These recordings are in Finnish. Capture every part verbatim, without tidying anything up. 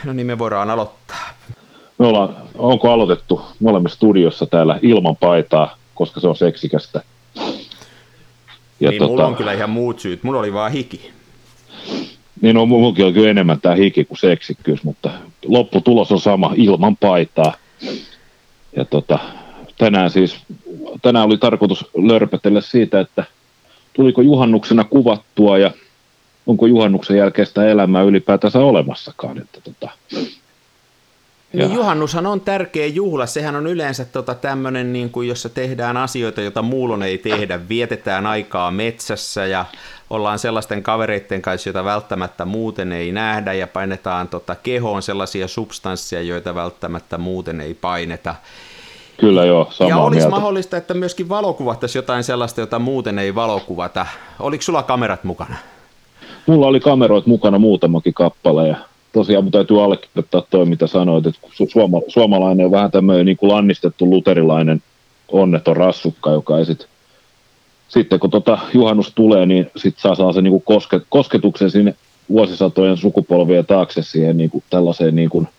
No niin, me voidaan aloittaa. Me ollaan, onko aloitettu? Me olemme studiossa täällä ilman paitaa, koska se on seksikästä. Ja niin, tota, mulla on kyllä ihan muut syyt. Mulla oli vaan hiki. Niin on, mullakin on kyllä enemmän tää hiki kuin seksikkyys, mutta lopputulos on sama, ilman paitaa. Ja tota, tänään siis, tänään oli tarkoitus lörpötellä siitä, että tuliko juhannuksena kuvattua ja onko juhannuksen jälkeistä elämää ylipäätänsä olemassakaan. Että tota, niin juhannushan on tärkeä juhla. Sehän on yleensä tota tämmöinen, niin kuin, jossa tehdään asioita, joita muulloin ei tehdä. Vietetään aikaa metsässä ja ollaan sellaisten kavereiden kanssa, joita välttämättä muuten ei nähdä, ja painetaan tota kehoon sellaisia substansseja, joita välttämättä muuten ei paineta. Kyllä joo, samaa Ja olisi mieltä. mahdollista, että myöskin valokuvattaisiin jotain sellaista, jota muuten ei valokuvata. Oliko sulla kamerat mukana? Mulla oli kameroit mukana muutamakin kappale, ja tosiaan mun täytyy allekirjoittaa toi, mitä sanoit, että suoma, suomalainen on vähän tämmöinen niin kuin lannistettu luterilainen onneton rassukka, joka ei sit, sitten kun tota juhannus tulee, niin sit saa, saa se niin kuin koske, kosketuksen sinne vuosisatojen sukupolvien taakse siihen niin kuin tällaiseen niin kuin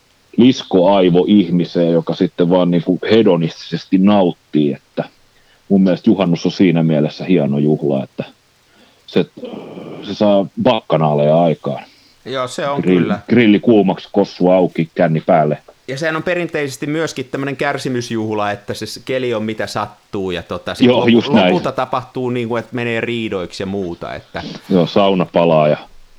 liskoaivoihmiseen, joka sitten vaan niin kuin hedonistisesti nauttii, että mun mielestä juhannus on siinä mielessä hieno juhla, että se, se saa bakkanaaleja aikaan. Joo, se on Grill, kyllä. Grilli kuumaksi, kossu auki, känni päälle. Ja sehän on perinteisesti myöskin tämmöinen kärsimysjuhla, että se keli on mitä sattuu, ja tota, sit Joo, lop- lopulta tapahtuu niin kuin, että menee riidoiksi ja muuta. Että... Joo, sauna palaa ja...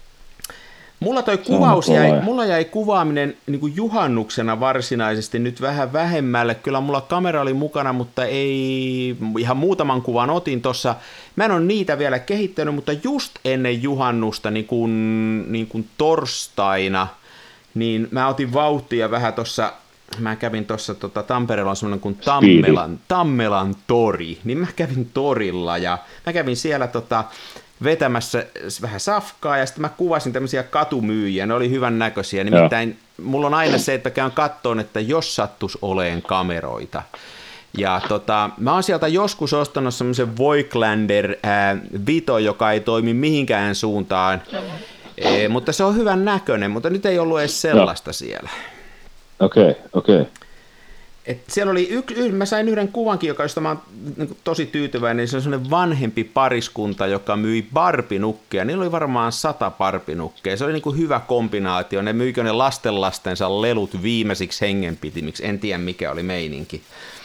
Mulla toi kuvaus jäi, mulla jäi kuvaaminen niin kuin juhannuksena varsinaisesti nyt vähän vähemmälle. Kyllä mulla kamera oli mukana, mutta ei ihan muutaman kuvan otin tuossa. Mä en ole niitä vielä kehittänyt, mutta just ennen juhannusta, niin kuin, niin kuin torstaina, niin mä otin vauhtia vähän tuossa. Mä kävin tuossa, tota, Tampereella on semmoinen kuin Tammelan, Tammelan tori, niin mä kävin torilla ja mä kävin siellä tota, vetämässä vähän safkaa ja sitten mä kuvasin tämmöisiä katumyyjiä, ne oli hyvän näköisiä, nimittäin ja. Mulla on aina se, että käyn kattoon, että jos sattus oleen kameroita. Ja tota, mä oon sieltä joskus ostanut semmoisen Voigtlander ää, Vito, joka ei toimi mihinkään suuntaan, e, mutta se on hyvän näköinen, mutta nyt ei ollut edes sellaista ja. Siellä. Okei, okay, okei. Okay. Et siellä oli yksi, yh, mä sain yhden kuvankin, joka, josta mä oon niin tosi tyytyväinen, niin se on sellainen vanhempi pariskunta, joka myi barbinukkeja. Niillä oli varmaan sata barbinukkeja. Se oli niin kuin hyvä kombinaatio. Ne myikö ne lastenlastensa lelut viimeisiksi hengenpitimiksi. En tiedä, mikä oli meininki.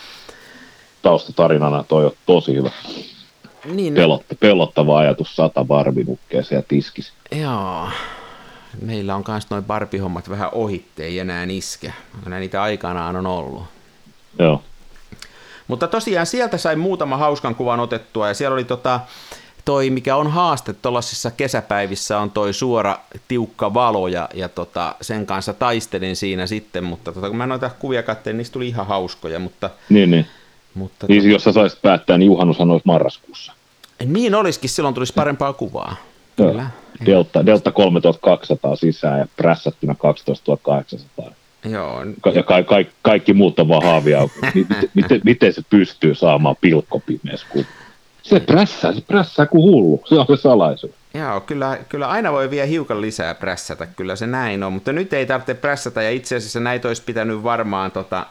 Taustatarinana toi on tosi hyvä. Niin, Pelotta, pelottava ajatus, sata barbinukkeja siellä tiskissä. Joo. Meillä on myös noin barbihommat vähän ohitte, ei enää iske. Niitä aikanaan on ollut. Joo. Mutta tosiaan sieltä sai muutama hauskan kuvan otettua, ja siellä oli tota, toi, mikä on haaste tuollaisissa kesäpäivissä, on toi suora tiukka valo, ja, ja tota, sen kanssa taistelin siinä sitten, mutta tota, kun mä noita kuvia katselin, niistä tuli ihan hauskoja. Mutta, niin, niin. Mutta, niin tota, jos sä saisit päättää, niin juhannushan olisi marraskuussa. Niin olisikin, silloin tulisi parempaa kuvaa. Joo. Kyllä. Delta, Delta kolmetuhattakaksisataa sisään ja prässättynä kaksitoistatuhattakahdeksansataa. Joo. Ja ka- ka- kaikki muut on vaan haavia. miten, miten, miten se pystyy saamaan pilkkopimeessä? Kun... Se prässää, se prässää kuin hullu. Se on se salaisuus. Joo, kyllä, kyllä aina voi vielä hiukan lisää prässätä, kyllä se näin on. Mutta nyt ei tarvitse prässätä, ja itse asiassa näitä olisi pitänyt varmaan... Tota...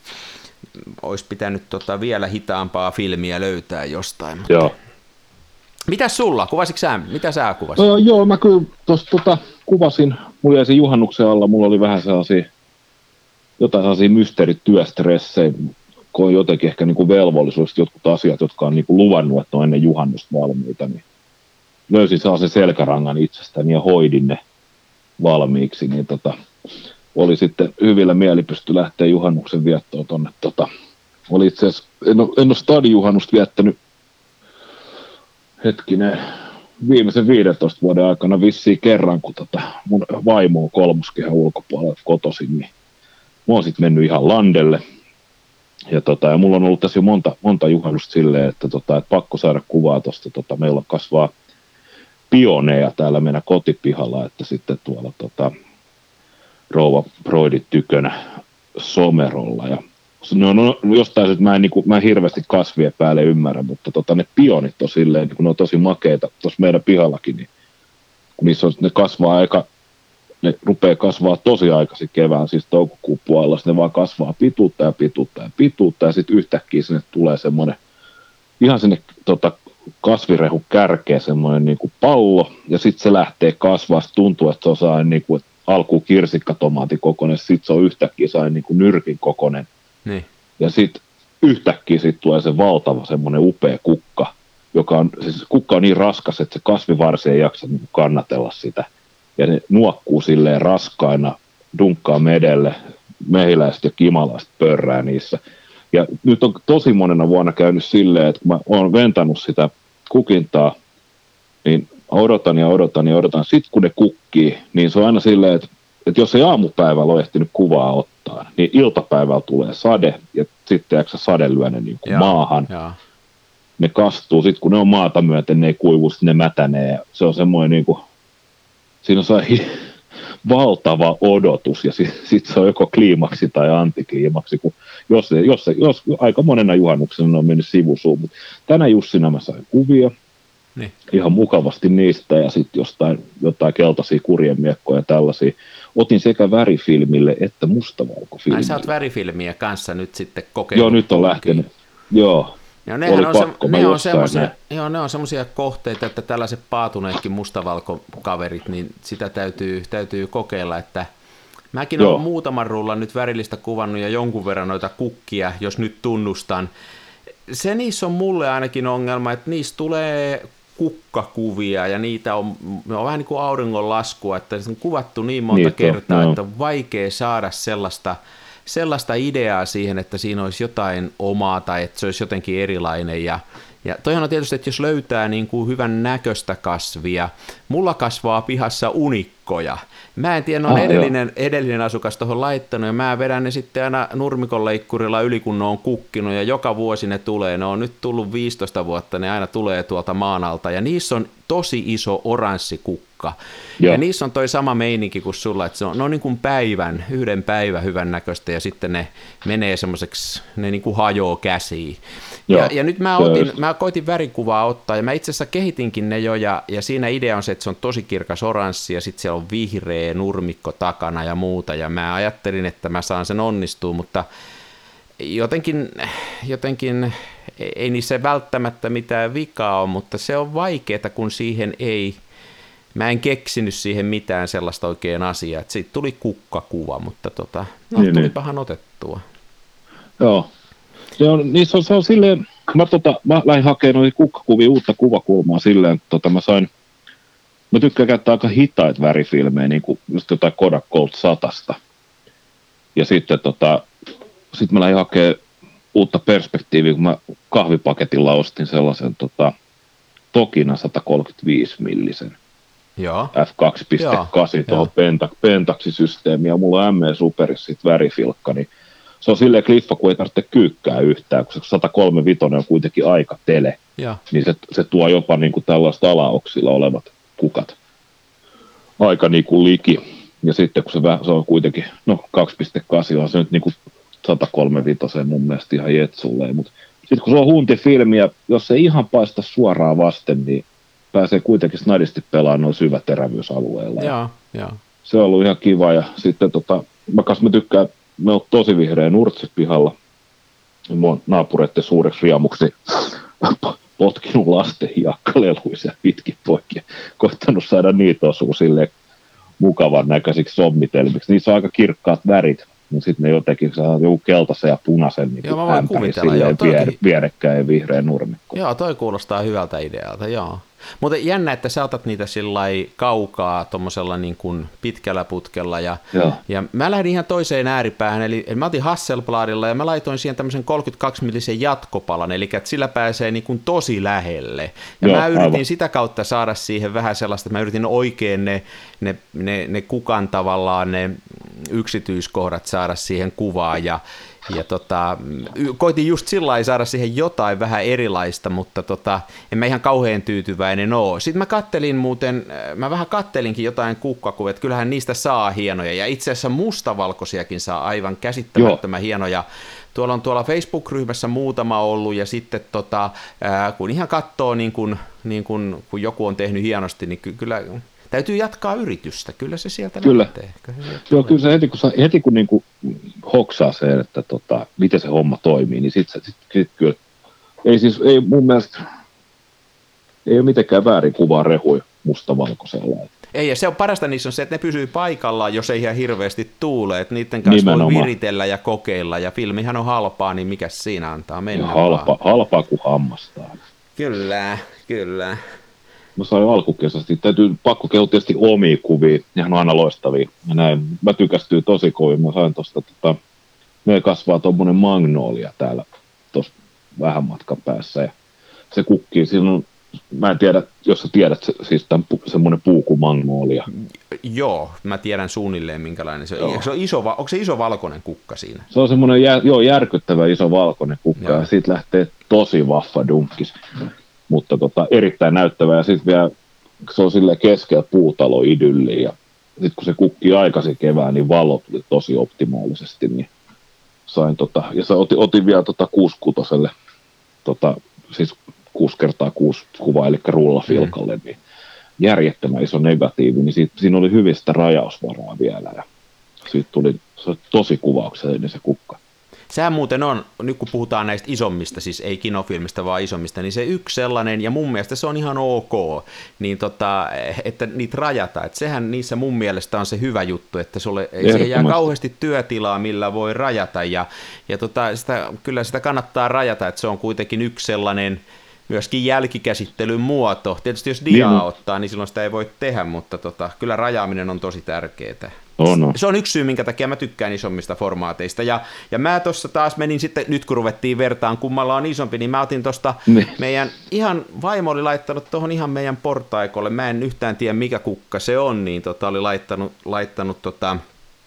olisi pitänyt tota vielä hitaampaa filmiä löytää jostain. Mutta... Joo. Mitäs sulla? Kuvasitko sä? Mitä sä kuvasit? Öö, joo, mä kyllä tuossa tota, kuvasin, mulla jäi siinä juhannuksen alla, mulla oli vähän sellaisia, jotain sellaisia mysteerityöstressejä, kun on jotenkin ehkä niinku velvollisuus, jotkut asiat, jotka on niinku luvannut, että on ennen juhannusta valmiita, niin löysin sellaisen selkärangan itsestäni ja hoidin ne valmiiksi, niin tota, oli sitten hyvillä mieli pysty lähteä juhannuksen viettoon tonne. Tota, oli itse asiassa, en ole, en ole stadijuhannusta viettänyt hetkinen, viimeisen viidentoista vuoden aikana vissiin kerran, kun tota mun vaimo on kolmoskehän ulkopuolella kotoisin, niin mä oon sitten mennyt ihan landelle. Ja, tota, ja mulla on ollut tässä jo monta, monta juhannusta silleen, että, tota, että pakko saada kuvaa tuosta. Tota, meillä kasvaa pioneja täällä meidän kotipihalla, että sitten tuolla tota, rouva Broidit tykönä Somerolla. Ja no, no, jostain syystä mä en, niin kuin, mä en hirveästi kasvien päälle ymmärrä, mutta tota, ne pionit on silleen, niin kun ne on tosi makeita tuossa meidän pihallakin, niin kun niissä on, ne kasvaa aika, ne rupeaa kasvaa tosi aikaisin kevään, siis toukokuun puolella, ne vaan kasvaa pituutta ja pituutta ja pituutta, ja sitten yhtäkkiä sinne tulee semmoinen, ihan sinne tota, kasvirehun kärkeen semmoinen niin kuin pallo, ja sitten se lähtee kasvaa, tuntuu, että se on sain niin kuin, alkuun kirsikkatomaatin kokoinen, sitten se on yhtäkkiä sain niin kuin nyrkin kokoinen, niin. Ja sitten yhtäkkiä siitä tulee se valtava semmoinen upea kukka, joka on, siis kukka on niin raskas, että se kasvivarsi ei jaksa niin kannatella sitä. Ja ne nuokkuu silleen raskaina, dunkkaa medelle, mehiläiset ja kimalaiset pörrää niissä. Ja nyt on tosi monena vuonna käynyt silleen, että kun mä oon ventannut sitä kukintaa, niin odotan ja odotan ja odotan. Sitten kun ne kukkii, niin se on aina silleen, että, että jos ei aamupäivällä ole ehtinyt kuvaa ottaa, niin iltapäivällä tulee sade, ja sitten eikö sade lyö ne niin kuin ja, maahan. Ja. Ne kastuu, sitten kun ne on maata myöten, ne ei kuivu, ne mätänee. Ja se on semmoinen, niin kuin, siinä on sai valtava odotus, ja sitten sit se on joko kliimaksi tai antikliimaksi, kun jos, jos, jos aika monena juhannuksena on mennyt sivusuun. Mutta tänä Jussina mä sain kuvia, niin. Ihan mukavasti niistä, ja sitten jostain jotain keltaisia kurjemiekkoja ja tällaisia. Otin sekä värifilmille että mustavalkofilmille. Ai sä oot värifilmiä kanssa nyt sitten kokeillut. Joo, nyt on lähtenyt. Joo. Ja nehän on, se, ne, on semmosia, joo, ne on semmoisia kohteita, että tällaiset paatuneetkin mustavalkokaverit, niin sitä täytyy, täytyy kokeilla, että mäkin olen muutaman rullan nyt värillistä kuvannut ja jonkun verran noita kukkia, jos nyt tunnustan. Se niissä on mulle ainakin ongelma, että niistä tulee kukkakuvia ja niitä on, on vähän niin kuin auringonlaskua, että se on kuvattu niin monta Niitä, kertaa, no. että on vaikea saada sellaista, sellaista ideaa siihen, että siinä olisi jotain omaa tai että se olisi jotenkin erilainen. Ja, ja toihan on tietysti, että jos löytää niin kuin hyvän näköistä kasvia, mulla kasvaa pihassa unikkoja. Mä en tiedä, on ah, edellinen, edellinen asukas tuohon laittanut ja mä vedän ne sitten aina nurmikonleikkurilla yli, kun ne on kukkinut ja joka vuosi ne tulee. Ne on nyt tullut viisitoista vuotta, ne aina tulee tuolta maan alta ja niissä on tosi iso oranssi kukka. Joo. Ja niissä on toi sama meininki kuin sulla, että se on, ne on niin kuin päivän, yhden päivän hyvän näköistä ja sitten ne menee semmoiseksi, ne niin kuin hajoaa käsiin. Ja, ja nyt mä, otin, mä koitin värikuvaa ottaa ja mä itse asiassa kehitinkin ne jo ja, ja siinä idea on se, että se on tosi kirkas oranssi ja sitten siellä on vihreä nurmikko takana ja muuta ja mä ajattelin, että mä saan sen onnistua, mutta jotenkin, jotenkin ei niissä välttämättä mitään vikaa ole, mutta se on vaikeaa, kun siihen ei, mä en keksinyt siihen mitään sellaista oikein asiaa, että siitä tuli kukkakuva, mutta tota, no niin, tulipahan niin. otettua. Joo, se on, niin se on, se on silleen, mä, tota, mä lähdin hakemaan noita kukkakuvia, uutta kuvakulmaa silleen, että tota, mä sain, mä tykkään käyttää aika hitaita värifilmejä, niin kuin just jotain Kodak Gold satasta. Ja sitten tota, sit mä lähdin hakemaan uutta perspektiiviä, kun mä kahvipaketilla ostin sellaisen tota, Tokina sata kolmekymmentäviisi millisen Joo. F kaksi piste kahdeksan tuohon penta, pentaksisysteemiin, ja mulla on M E Superissa sit värifilkka, niin se on silleen kliffa, kun ei tarvitse kyykkää yhtään, kun se sata kolmekymmentäviisi on kuitenkin aika tele, ja. Niin se, se tuo jopa niin kuin tällaista alaoksilla olevat kukat aika niin kuin liki, ja sitten kun se, se on kuitenkin, no kaksi piste kahdeksan on se nyt niin kuin sata kolmekymmentäviisi mun mielestä ihan jetsulleen, mutta sitten kun se on huntifilmi, ja jos se ihan paista suoraan vasten, niin pääsee kuitenkin snadisti pelaamaan noin syväterävyysalueella. Joo, joo. Se on ollut ihan kiva, ja sitten tota, mä kanssa mä tykkään, me on tosi vihreä nurtsi pihalla, mä oon naapureiden suureksi riemuksi potkinut lasten hiakkaleluisia pitkin poikia, koittanut saada niitä osua silleen mukavan näköisiksi sommitelmiksi. Niissä on aika kirkkaat värit, niin sitten ne jotenkin saa joku keltaisen ja punaisen niin joo, ämpäri silleen vier, vierekkäin ja vihreän nurmikko. Joo, toi kuulostaa hyvältä idealta, joo. Mutta jännä, että sä otat niitä sillai kaukaa tuommoisella niin kuin pitkällä putkella. Ja, ja mä lähdin ihan toiseen ääripäähän, eli, eli mä otin Hasselbladilla ja mä laitoin siihen tämmöisen kolmekymmentäkaksi millisen jatkopalan, eli että sillä pääsee niin kuin tosi lähelle. Ja joo, mä yritin aivan. sitä kautta saada siihen vähän sellaista, että mä yritin oikein ne, ne, ne, ne kukan tavallaan ne yksityiskohdat saada siihen kuvaan ja Ja tota, koitin just sillä lailla saada siihen jotain vähän erilaista, mutta tota, en mä ihan kauhean tyytyväinen ole. Sitten mä kattelin muuten, mä vähän kattelinkin jotain kukkakuvia, että kyllähän niistä saa hienoja, ja itse asiassa mustavalkoisiakin saa aivan käsittämättömän hienoja. Tuolla on tuolla Facebook-ryhmässä muutama ollut, ja sitten tota, ää, kun ihan katsoo, niin kun, niin kun, kun joku on tehnyt hienosti, niin ky- kyllä täytyy jatkaa yritystä, kyllä se sieltä kyllä. lähtee. Kyllä se Joo, kyllä se heti kun, heti kun niinku hoksaa sen, että tota, miten se homma toimii, niin sitten sit, sit kyllä, ei siis, ei mun mielestä, ei ole mitenkään väärin kuvaa rehuja mustavalkoisella. Ei, ja se on parasta niissä on se, että ne pysyy paikallaan, jos ei ihan hirveästi tuule, että niiden kanssa nimenomaan voi viritellä ja kokeilla, ja filmihän on halpaa, niin mikä siinä antaa mennä halpa, halpaa kuin hammastaa. Kyllä, kyllä. Mä sain alkukesästi, täytyy pakko kehua tietysti omia kuvia, nehän on aina loistavia, ja näin, mä tykästyin tosi kovin, mä sain tosta, tota, meillä kasvaa tommonen magnolia täällä, tossa vähän matkan päässä, ja se kukkii, siinä on, mä en tiedä, jos sä tiedät, se, siis tämän semmoinen puu kuin magnolia. Joo, mä tiedän suunnilleen minkälainen se on. Se on iso, onko se iso valkoinen kukka siinä? Se on semmoinen jär, joo, järkyttävä iso valkoinen kukka, joo. Ja siitä lähtee tosi vaffa dunkkis, mutta tota, erittäin näyttävä, ja sitten vielä se on silleen keskellä puutaloidylliin, ja sitten kun se kukkii aikaisin kevään, niin valo tuli tosi optimaalisesti, niin sain tota, ja sä otin, otin vielä tota kuusikutoselle, tota, siis kuusi kertaa kuusi kuvaa, eli rullafilkalle, mm. niin järjettömän iso negatiivi, niin siitä, siinä oli hyvistä rajausvaraa vielä, ja siitä tuli se tosi kuvauksellinen se kukka. Sehän muuten on, nyt kun puhutaan näistä isommista, siis ei kinofilmistä, vaan isommista, niin se yksi sellainen, ja mun mielestä se on ihan ok, niin tota, että niitä rajata, että sehän niissä mun mielestä on se hyvä juttu, että sulle ei siihen jää kauheasti työtilaa, millä voi rajata, ja, ja tota, sitä, kyllä sitä kannattaa rajata, että se on kuitenkin yksi sellainen myöskin jälkikäsittelyn muoto. Tietysti jos diaa niin, ottaa, niin silloin sitä ei voi tehdä, mutta tota, kyllä rajaaminen on tosi tärkeää. Oh no. Se on yksi syy, minkä takia mä tykkään isommista formaateista. Ja, ja mä tuossa taas menin sitten, nyt kun ruvettiin vertaan, kummalla on isompi, niin mä otin tuosta niin. meidän, ihan vaimo oli laittanut tuohon ihan meidän portaikolle, mä en yhtään tiedä mikä kukka se on, niin tota, oli laittanut, laittanut tota,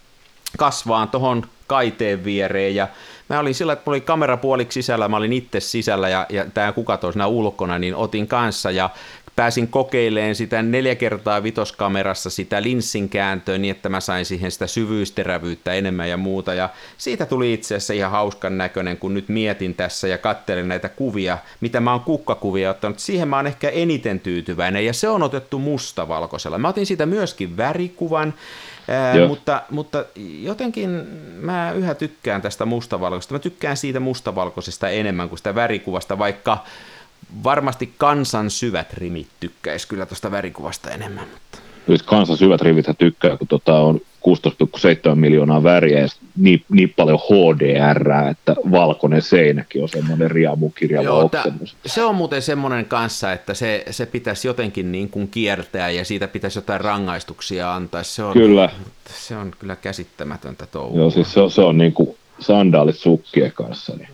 kasvaan tuohon kaiteen viereen, ja mä olin sillä, että mulla oli kamera puoliksi sisällä, mä olin itse sisällä, ja, ja tämä kukat on siinä ulkona, niin otin kanssa, ja pääsin kokeilemaan sitä neljä kertaa vitoskamerassa sitä linssin kääntöä, niin että mä sain siihen sitä syvyysterävyyttä enemmän ja muuta, ja siitä tuli itse asiassa ihan hauskan näköinen, kun nyt mietin tässä ja katselin näitä kuvia, mitä mä oon kukkakuvia ottanut, siihen mä oon ehkä eniten tyytyväinen, ja se on otettu mustavalkoisella. Mä otin siitä myöskin värikuvan, Ää, mutta, mutta jotenkin mä yhä tykkään tästä mustavalkoisesta. Mä tykkään siitä mustavalkoisesta enemmän kuin sitä värikuvasta, vaikka varmasti kansan syvät rimit tykkäisi kyllä tuosta värikuvasta enemmän. Mutta... Nyt kansan syvät rivit tykkää, kun tota on kuusitoista pilkku seitsemän miljoonaa väriä ja niin, niin paljon H D R, että valkoinen seinäkin on semmoinen riamukirjava oksenus. Se on muuten semmoinen kanssa, että se, se pitäisi jotenkin niin kuin kiertää ja siitä pitäisi jotain rangaistuksia antaa. Se on, kyllä. Se on kyllä käsittämätöntä touhua. Joo, siis se on, se on niin kuin sandaalit sukkien kanssa. Niin.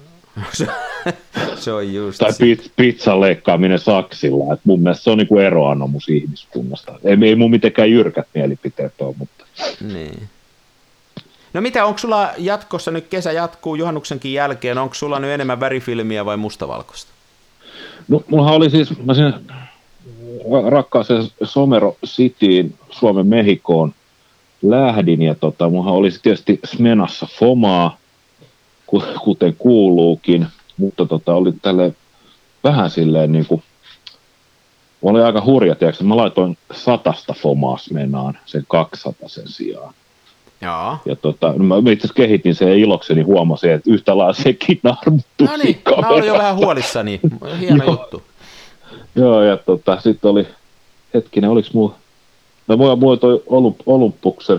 Se on just tai pit, pizzan leikkaaminen saksilla. Et mun mielestä se on niinku eroanomus ihmiskunnasta. Ei, ei mun mitenkään jyrkät mielipiteet ole, mutta... Niin. No mitä, onko sulla jatkossa, nyt kesä jatkuu juhannuksenkin jälkeen, onko sulla nyt enemmän värifilmiä vai mustavalkoista? No mullahan oli siis, mä sinne rakkaaseen Somero Cityin, Suomen Mehikoon lähdin, ja tota, mullahan oli tietysti Smenassa Fomaa, kuten kuuluukin, mutta tota, oli tälle vähän silleen niin kuin, oli aika hurja, tiedätkö, mä laitoin satasta Fomaa Smenaan sen kaksisataa sen sijaan. Jaa. Ja tota, mä itse asiassa kehitin sen ja ilokseni huomasin, että yhtä lailla sekin narmuttu. No niin, mä olin jo vähän huolissani, hieno juttu. Joo, ja tota, sitten oli, hetkinen, oliks mulla, no mulla, mulla toi Olympuksen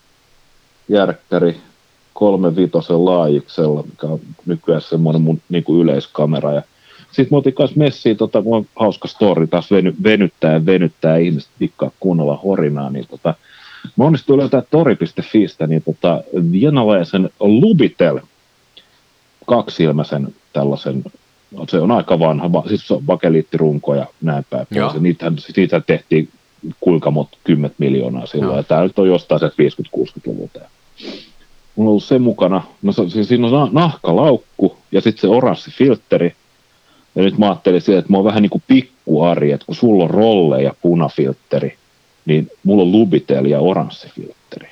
järkkäri, kolme vitosen laajiksella, mikä on nykyään semmoinen mun niin kuin yleiskamera. Ja sitten mä otin kanssa messiin, tota, mulla on hauska story, taas veny, venyttää ja venyttää, ihmiset pikkaa kuunnella horinaa, niin tota, mä onnistuin löytää tori piste fiistä, niin tota, vienalaisen Lubitel kaksilmäisen tällaisen, se on aika vanha, siis se on bakeliittirunko ja näin päin. Niitä, niitä tehtiin kuinka monta kymmentä miljoonaa silloin, ja tää nyt on jostain se viisikymmentä-kuusikymmentäluvulta. Mulla on ollut se mukana, no, siis siinä on nahkalaukku ja sitten se oranssi filtteri. Ja nyt mä ajattelin siihen, että mä oon vähän niin kuin pikkuari, että kun sulla on rolle ja punafiltteri, niin mulla on Lubitel ja oranssi filtteri.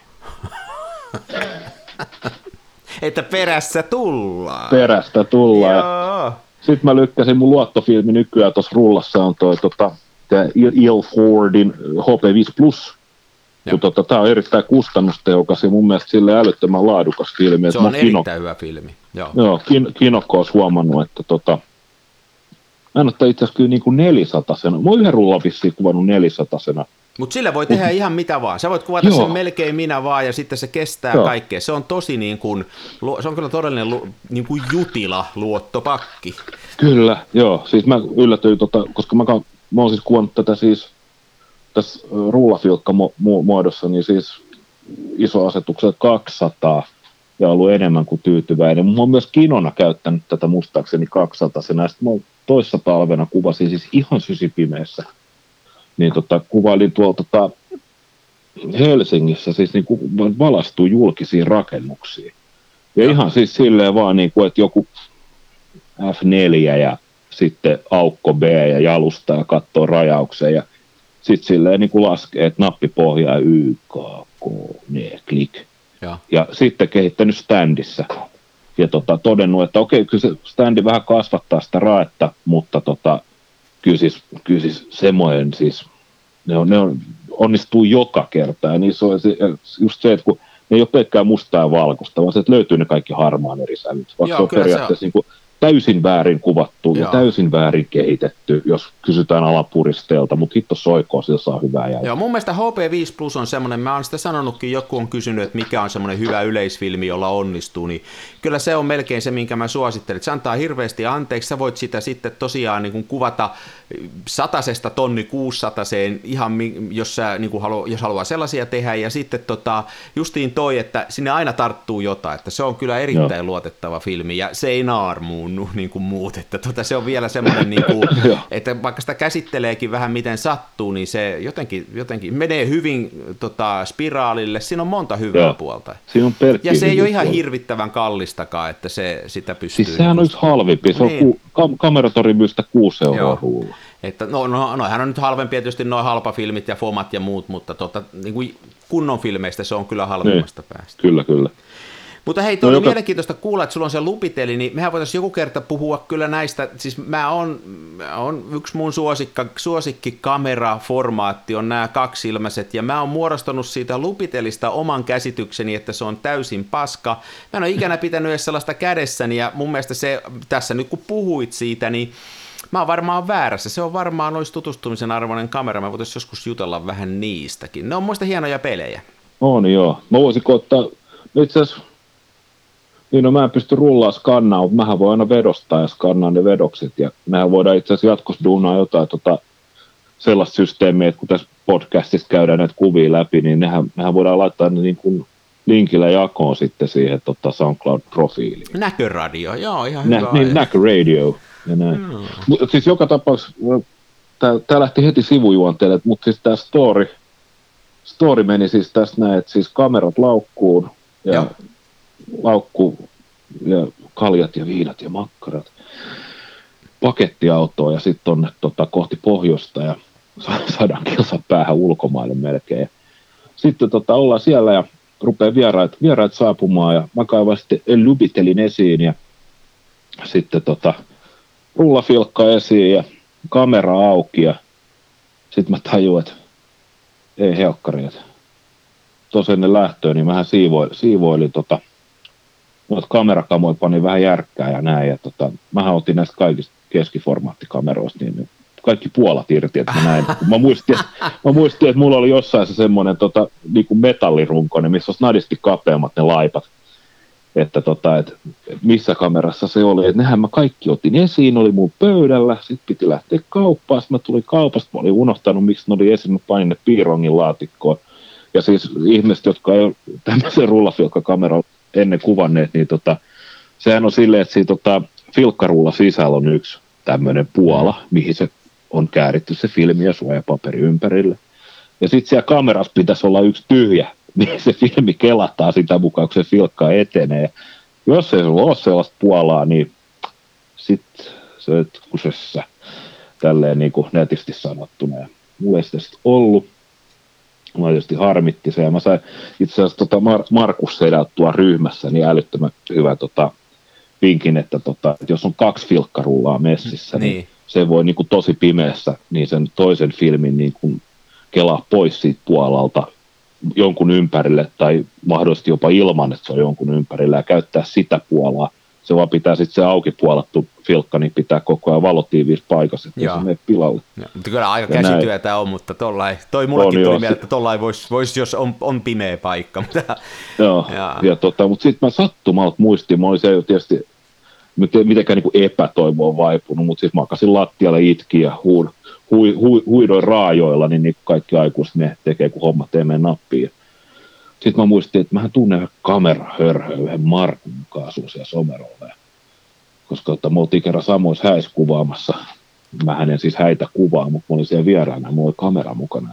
Että perässä tullaan. Perästä tullaan. Sitten mä lykkäsin mun luottofilmi nykyään, tuossa rullassa on toi tota, tämä Ilfordin H P viisi Plus, kun tota, tämä on erittäin kustannustehokas ja mun mielestä sille älyttömän laadukas filmi. Se on erittäin kino, hyvä filmi. Joo, joo kin, Kinokko olisi huomannut, että tota, mä en ole itse asiassa kyllä niin kuin nelisatasena. Mä oon yhden rullan vissiin kuvannut nelisatasena. Mutta sillä voi tehdä ihan mitä vaan. Sä voit kuvata Joo. sen melkein minä vaan ja sitten se kestää Joo. kaikkea. Se on tosi niin kuin, se on kyllä todellinen niin kuin jutila luottopakki. Kyllä, joo. Siis mä yllätyin, tota, koska mä, mä oon siis kuvannut tätä siis tässä rullafilkka-muodossa, niin siis isoasetuksella kaksisataa ja ollut enemmän kuin tyytyväinen. Mä oon myös kinona käyttänyt tätä muistaakseni kaksisataa. Ja sitten mä toissa talvena kuvasin siis ihan sysipimeessä. Niin tota, kuvailin tuolta tota, Helsingissä, siis niin kuin valastui julkisiin rakennuksiin. Ja, ja ihan siis silleen vaan, niin kuin, että joku F neljä ja sitten aukko B ja jalusta ja katsoo rajauksen ja sitten silleen niin kuin laskee, että nappi pohjaa Y, K, K, N, klik. Ja, ja sitten kehittänyt standissa. Ja tota, todennut, että okei, kyllä se standi vähän kasvattaa sitä raetta, mutta tota, kyllä siis, kyllä siis semmoinen siis, ne, on, ne on, onnistuu joka kerta. Ja niissä on se, just se, että kun ne ei ole pelkkää mustaa ja valkoista, vaan se, että löytyy ne kaikki harmaan eri sävyt. Vaikka Joo, se on periaatteessa se on. Niin kuin täysin väärin kuvattu Joo. ja täysin väärin kehitetty, jos kysytään alapuristeelta, mutta hitto soikoo, sillä saa hyvää jälkeä. Joo, mun mielestä H P viisi Plus on semmoinen, mä oon sitä sanonutkin, joku on kysynyt, että mikä on semmoinen hyvä yleisfilmi, jolla onnistuu, niin kyllä se on melkein se, minkä mä suosittelen. Se antaa hirveästi anteeksi, sä voit sitä sitten tosiaan niin kuin kuvata satasesta tonni kuusisataseen, ihan jos, sä, niin kuin halu, jos haluaa sellaisia tehdä, ja sitten tota, justiin toi, että sinne aina tarttuu jotain, että se on kyllä erittäin Joo. luotettava filmi, ja se ei naarmuun niin kuin muut, että tota, se on vielä semmoinen, niin kuin, että vaikka sitä käsitteleekin vähän miten sattuu, niin se jotenkin, jotenkin menee hyvin tota, spiraalille, siinä on monta hyvää Joo. puolta. Siinä on ja se ei ole ihan hirvittävän kallistakaan, että se sitä pystyy... Siis sehän on yksi halvimpi, se on niin. ku, kam- Kameratori myystä kuusi euroa ruulla. Että no, no, noihän on nyt halvempia tietysti noin halpafilmit ja fomat ja muut, mutta tota, niin kuin kunnon filmeistä se on kyllä halvimmasta niin. päästä. Kyllä, kyllä. Mutta hei, tuo no, oli joka... mielenkiintoista kuulla, että sulla on se lupiteli, niin mehän voitaisiin joku kerta puhua kyllä näistä, siis mä on, on yksi mun suosikka, suosikkikamerformaatti on nämä kaksilmäiset, ja mä oon muodostanut siitä lupitelista oman käsitykseni, että se on täysin paska. Mä en ole ikänä pitänyt edes sellaista kädessäni, ja mun mielestä se, tässä nyt kun puhuit siitä, niin mä oon varmaan väärässä. Se on varmaan olisi tutustumisen arvoinen kamera, mä voitaisiin joskus jutella vähän niistäkin. Ne on muista hienoja pelejä. On joo. Mä voisinko ottaa, itse asiassa niin no mä en pysty rullaa skannaa, mutta mähän voi aina vedostaa ja skannaa ne vedokset. Ja mehän voidaan itse asiassa jatkossa duunaa jotain tota, sellaista systeemiä, että kun tässä podcastissa käydään näitä kuvia läpi, niin nehän, mehän voidaan laittaa ne niin kuin linkillä jakoon sitten siihen tota SoundCloud-profiiliin. Näköradio, joo, ihan hyvä. Nä, niin, näköradio ja näin. Mm. Mutta siis joka tapauksessa, tämä lähti heti sivujuonteelle, mutta siis tämä story, story meni siis tässä näin, että siis kamerat laukkuun ja... ja. laukku ja kaljat ja viinat ja makkarat pakettiautoon ja sitten tonne tota, kohti pohjoista ja sadan kilsan päähän ulkomaille melkein. Sitten tota, ollaan siellä ja rupeaa vieraat, vieraat saapumaan ja mä kaivan sitten lupitelin esiin ja sitten tota, rullafilkka esiin ja kamera auki ja sitten mä tajuin, että ei helkkari, että tuossa ennen lähtöä niin mähän siivoilin, siivoilin tota, noita kamerakamoja pani vähän järkkää ja näin, ja tota, mähän otin näistä kaikista keskiformaattikameroista, niin kaikki puolat irti, että mä näin. Mä muistin, että, mä muistin, että mulla oli jossain se semmoinen tota, niin kuin metallirunkoinen, missä olisi nadisti kapeammat ne laipat, että tota, et, missä kamerassa se oli, että nehän mä kaikki otin esiin, oli mun pöydällä, sitten piti lähteä kauppaan, sitten mä tulin kaupasta, mä olin unohtanut, miksi ne oli esiin, mä panin ne piirongin laatikkoon, ja siis ihmiset, jotka ei ole tämmöisen rullafilkkakameran ennen kuvanneet, niin tota, sehän on silleen, että siinä tota, filkkarulla sisällä on yksi tämmöinen puola, mihin se on kääritty se filmi ja suojapaperi ympärille. Ja sitten siellä kamerassa pitäisi olla yksi tyhjä, mihin se filmi kelataan sitä mukaan, kun se filkka etenee. Jos ei sulla ole sellaista puolaa, niin sitten se et kusessa, tälleen niin kuin netisti sanottuna. Ja mulla ei sitä sitten ollut. Mä tietysti harmitti se, ja mä sain itse asiassa tota Mar- Markus sedattua ryhmässä niin älyttömän hyvä tota, vinkin, että, tota, että jos on kaksi filkkarullaa messissä, niin, niin se voi niin kuin tosi pimeässä niin sen toisen filmin niin kuin kelaa pois siitä puolalta jonkun ympärille tai mahdollisesti jopa ilman, että se on jonkun ympärillä ja käyttää sitä puolaa. Se vaan pitää sitten se auki puolattu filkka, niin pitää koko ajan valotiiviissä paikassa, että se menee pilalle. Ja, mutta kyllä aika ja käsityötä näin on, mutta tollain, toi mullakin on, tuli mieleen, että tollain voisi, vois, jos on, on pimeä paikka. Mutta, joo, ja. Ja tota, mutta sitten mä sattumalta muistin, mä olin se jo tietysti mitenkään niin epätoivoon vaipunut, mutta siis makasin lattialle itkin ja huud, hui, hui, huidoin raajoilla, niin, niin kaikki aikuiset ne tekee, kun hommat ei mene nappiin. Sitten mä muistin, että mähän tunnen yhden kamerahörhön, yhden Markun mukaan asuu siellä Somerolla. Koska että me oltiin kerran samoissa häissä kuvaamassa. Mä en siis häitä kuvaa, mutta mä olin siellä vieraana ja mulla oli kamera mukana.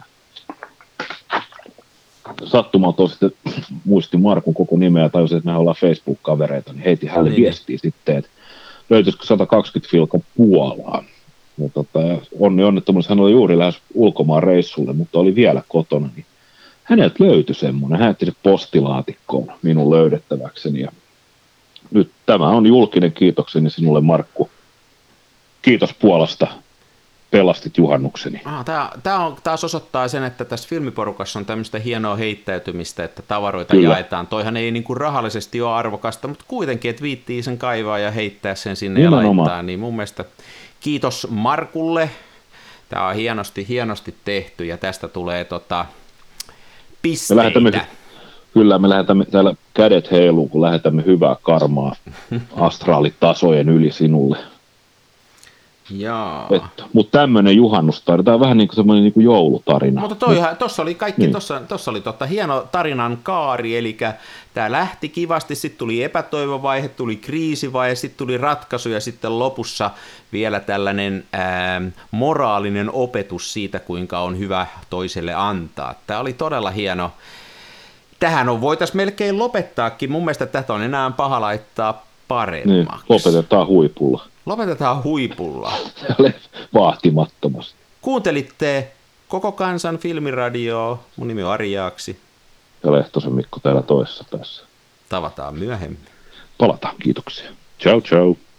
Sattumalta sitten muistin Markun koko nimeä ja tajusin, että me ollaan Facebook-kavereita, niin heitin hänelle niin. viestiä sitten, että löytyisikö sata kaksikymmentä filkan Puolaan. Ja tota, onni onnettomuus, hän oli juuri lähes ulkomaan reissulle, mutta oli vielä kotona, niin häneltä löytyi semmoinen, hän jätti se postilaatikkoon minun löydettäväkseni. Ja nyt tämä on julkinen kiitokseni sinulle, Markku. Kiitos Puolasta. Pelastit juhannukseni. Ah, tämä, tämä on, taas osoittaa sen, että tässä filmiporukassa on tämmöistä hienoa heittäytymistä, että tavaroita Kyllä. jaetaan. Toihan ei niin kuin rahallisesti ole arvokasta, mutta kuitenkin, että viittii sen kaivaa ja heittää sen sinne Nimenomaan. ja laittaa. Niin mun mielestä kiitos Markulle. Tämä on hienosti, hienosti tehty ja tästä tulee tota, pisteitä. Me lähetämme, kyllä, me lähetämme täällä kädet heiluun, kun lähetämme hyvää karmaa astraalitasojen yli sinulle. Mutta tämmöinen juhannustarina, tämä on vähän niin kuin semmoinen niin kuin joulutarina. Mutta tuossa oli kaikki, niin. tuossa oli totta hieno tarinan kaari, eli tämä lähti kivasti, sitten tuli epätoivovaihe, tuli kriisivaihe, sitten tuli ratkaisu ja sitten lopussa vielä tällainen ää, moraalinen opetus siitä, kuinka on hyvä toiselle antaa. Tämä oli todella hieno. Tähän on voitaisiin melkein lopettaakin, mun mielestä tätä on enää paha laittaa paremmaksi. Niin, lopetetaan huipulla. Lopetetaan huipulla. Vaahtimattomasti. Kuuntelitte Koko kansan filmiradioa. Mun nimi on Ari Jaaksi. Ja Lehtosen Mikko täällä toisessa päässä. Tavataan myöhemmin. Palataan, kiitoksia. Ciao, ciao.